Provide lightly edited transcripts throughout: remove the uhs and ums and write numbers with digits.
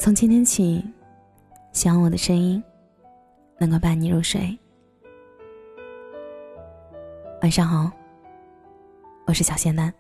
从今天起，希望我的声音能够伴你入睡。晚上好，我是小仙丹。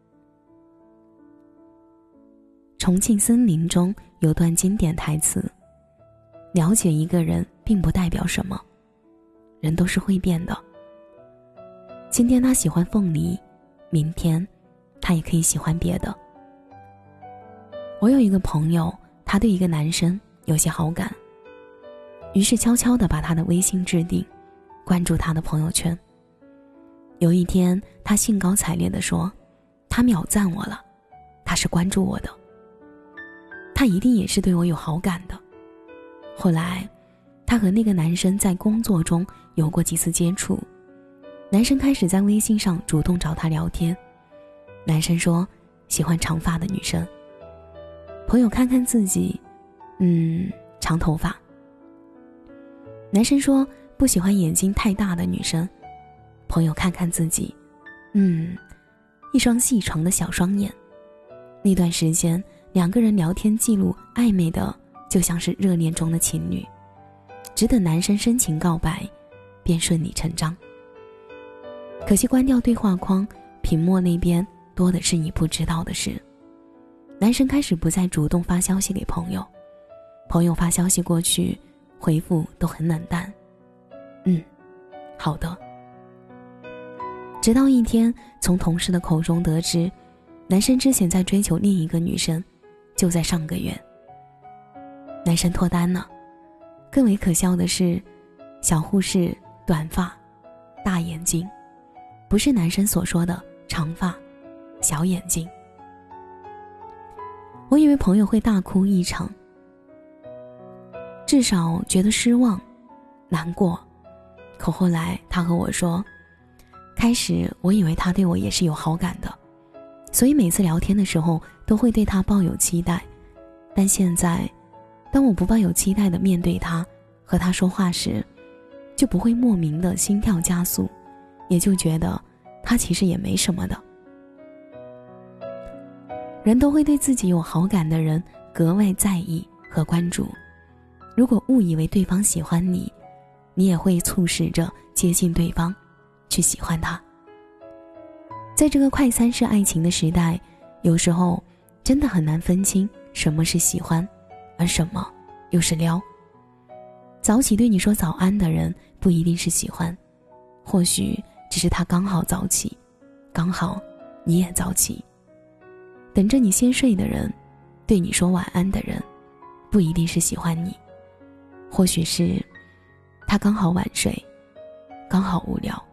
重庆森林中有段经典台词：了解一个人并不代表什么，人都是会变的。今天他喜欢凤梨，明天他也可以喜欢别的。我有一个朋友，他对一个男生有些好感，于是悄悄地把他的微信置顶，关注他的朋友圈。有一天，他兴高采烈地说，他秒赞我了，他是关注我的，他一定也是对我有好感的。后来他和那个男生在工作中有过几次接触，男生开始在微信上主动找他聊天。男生说喜欢长发的女生，朋友看看自己，长头发。男生说不喜欢眼睛太大的女生，朋友看看自己，一双细长的小双眼。那段时间两个人聊天记录暧昧的就像是热恋中的情侣，只等男生深情告白便顺理成章。可惜关掉对话框，屏幕那边多的是你不知道的事。男生开始不再主动发消息给朋友，朋友发消息过去，回复都很冷淡，好的。直到一天从同事的口中得知，男生之前在追求另一个女生，就在上个月。男生脱单了，更为可笑的是，小护士，短发，大眼睛，不是男生所说的长发，小眼睛。我以为朋友会大哭一场，至少觉得失望、难过。可后来他和我说，开始我以为他对我也是有好感的，所以每次聊天的时候都会对他抱有期待。但现在，当我不抱有期待的面对他，和他说话时，就不会莫名的心跳加速，也就觉得他其实也没什么的。人都会对自己有好感的人格外在意和关注，如果误以为对方喜欢你，你也会促使着接近对方，去喜欢他。在这个快餐式爱情的时代，有时候真的很难分清什么是喜欢，而什么又是撩。早起对你说早安的人不一定是喜欢，或许只是他刚好早起，刚好你也早起。等着你先睡的人，对你说晚安的人，不一定是喜欢你，或许是他刚好晚睡，刚好无聊。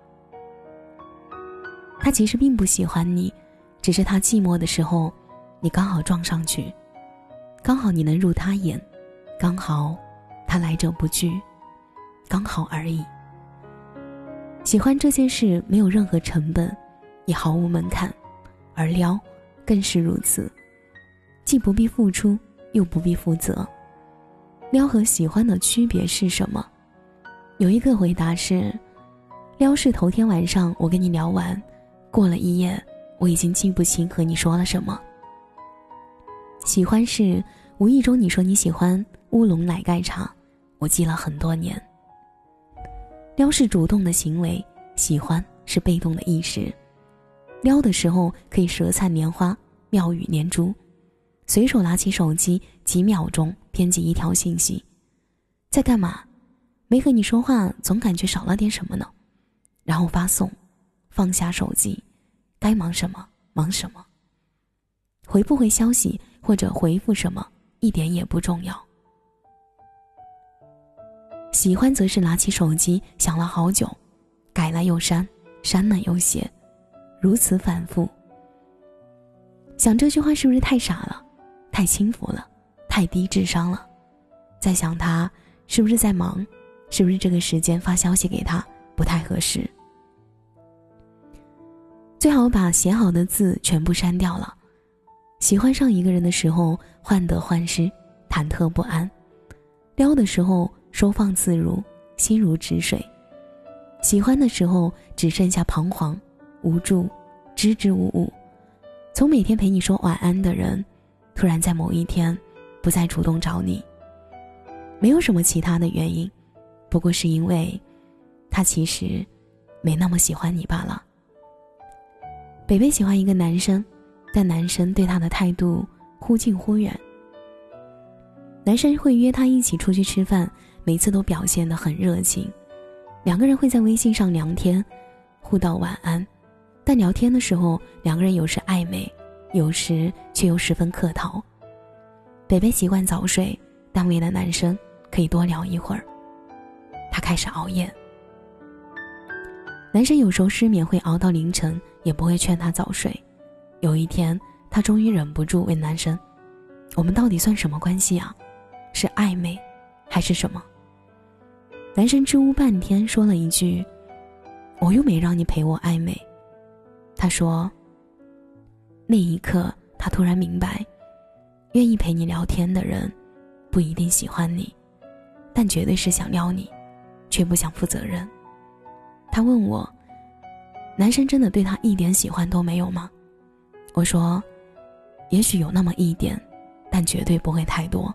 他其实并不喜欢你，只是他寂寞的时候，你刚好撞上去，刚好你能入他眼，刚好他来者不拒，刚好而已。喜欢这件事没有任何成本，也毫无门槛，而撩更是如此，既不必付出，又不必负责。撩和喜欢的区别是什么？有一个回答是，撩是头天晚上我跟你聊完，过了一夜，我已经记不清和你说了什么。喜欢是无意中你说你喜欢乌龙奶盖茶，我记了很多年。撩是主动的行为，喜欢是被动的意识。撩的时候可以舌灿莲花，妙语连珠，随手拿起手机，几秒钟编辑一条信息，在干嘛？没和你说话，总感觉少了点什么呢？然后发送，放下手机，该忙什么忙什么。回不回消息或者回复什么一点也不重要。喜欢则是拿起手机想了好久，改了又删，删了又写，如此反复。想这句话是不是太傻了，太轻浮了，太低智商了？在想他是不是在忙，是不是这个时间发消息给他不太合适？最好把写好的字全部删掉了。喜欢上一个人的时候，患得患失，忐忑不安；撩的时候收放自如，心如止水；喜欢的时候只剩下彷徨、无助、支支吾吾。从每天陪你说晚安的人，突然在某一天不再主动找你。没有什么其他的原因，不过是因为他其实没那么喜欢你罢了。北北喜欢一个男生，但男生对他的态度忽近忽远。男生会约他一起出去吃饭，每次都表现得很热情，两个人会在微信上聊天，互道晚安，但聊天的时候两个人有时暧昧，有时却又十分客套。北北习惯早睡，但为了男生可以多聊一会儿，他开始熬夜。男生有时候失眠会熬到凌晨，也不会劝他早睡。有一天他终于忍不住问男生，我们到底算什么关系啊？是暧昧还是什么？男生支吾半天，说了一句，我又没让你陪我暧昧。他说，那一刻他突然明白，愿意陪你聊天的人不一定喜欢你，但绝对是想撩你，却不想负责任。他问我，男生真的对他一点喜欢都没有吗？我说，也许有那么一点，但绝对不会太多。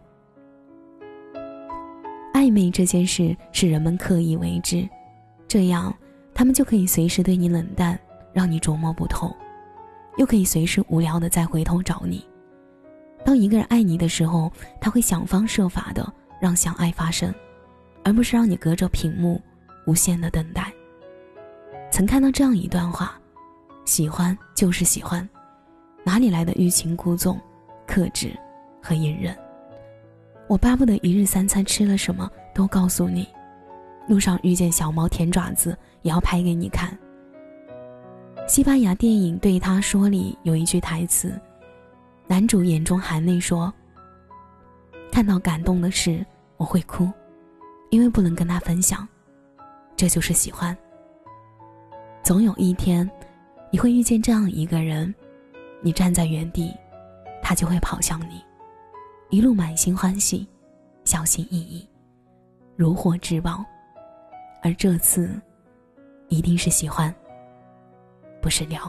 暧昧这件事是人们刻意为之，这样他们就可以随时对你冷淡，让你琢磨不透，又可以随时无聊的再回头找你。当一个人爱你的时候，他会想方设法的让相爱发生，而不是让你隔着屏幕无限的等待。曾看到这样一段话，喜欢就是喜欢，哪里来的欲擒故纵、克制和隐忍？我巴不得一日三餐吃了什么都告诉你，路上遇见小猫舔爪子也要拍给你看。西班牙电影《对他说》里有一句台词，男主眼中含泪说，看到感动的事我会哭，因为不能跟他分享，这就是喜欢。总有一天你会遇见这样一个人，你站在原地，他就会跑向你，一路满心欢喜，小心翼翼，如获至宝。而这次一定是喜欢，不是撩。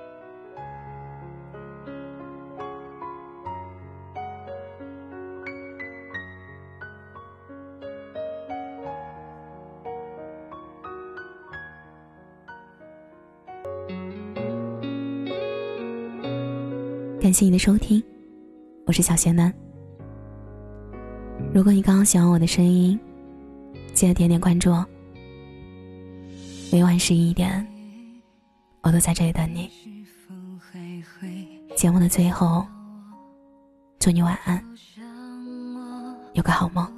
感谢你的收听，我是小仙男。如果你刚刚喜欢我的声音，记得点点关注哦。每晚11点，我都在这里等你。节目的最后，祝你晚安，有个好梦。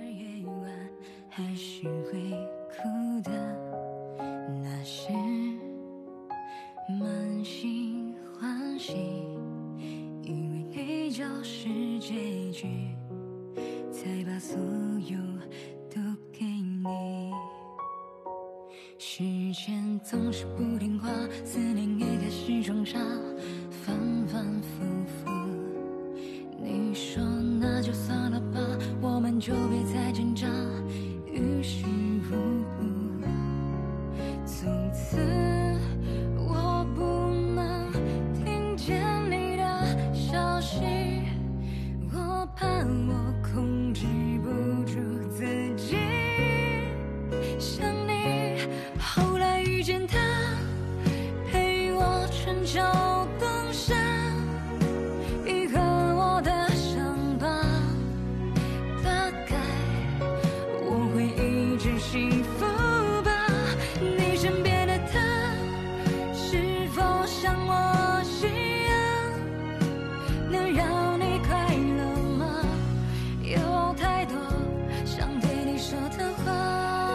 才把所有都给你。时间总是不听话，思念也开始装傻，反反复复。你说那就算了吧，我们就别再挣扎，于事无补。从此我不能听见你的消息，我怕我控制不住自己想你。后来遇见他，陪我春秋冬夏，愈合我的伤疤。大概我会一直幸福吧。你身边的他，是否像我一样，能让你快乐吗？有太多想对你说的话。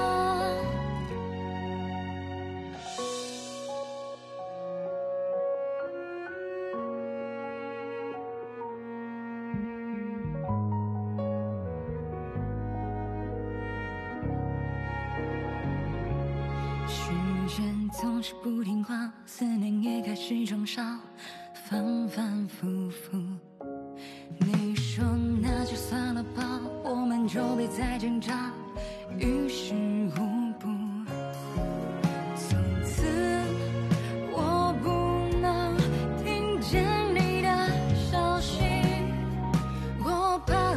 时间总是不听话，思念也开始装傻，反反复复。你说那就算了吧，我们就别再挣扎，于事无补。从此我不能听见你的消息，我怕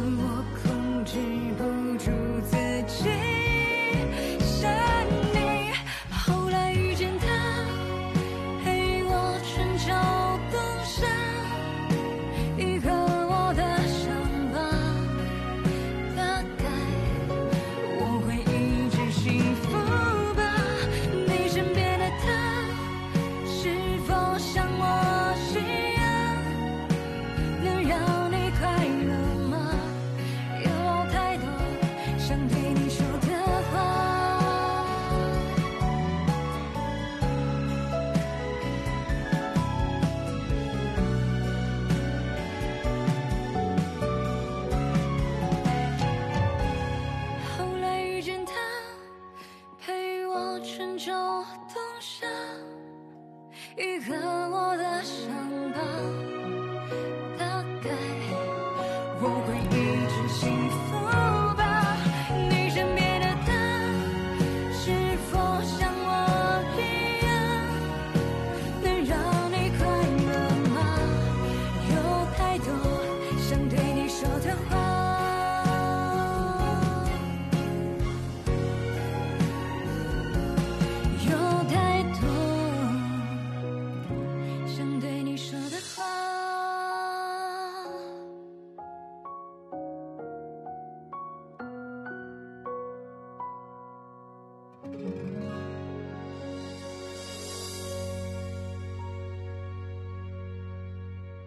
就冻上一个我的伤疤，大概我会一直幸福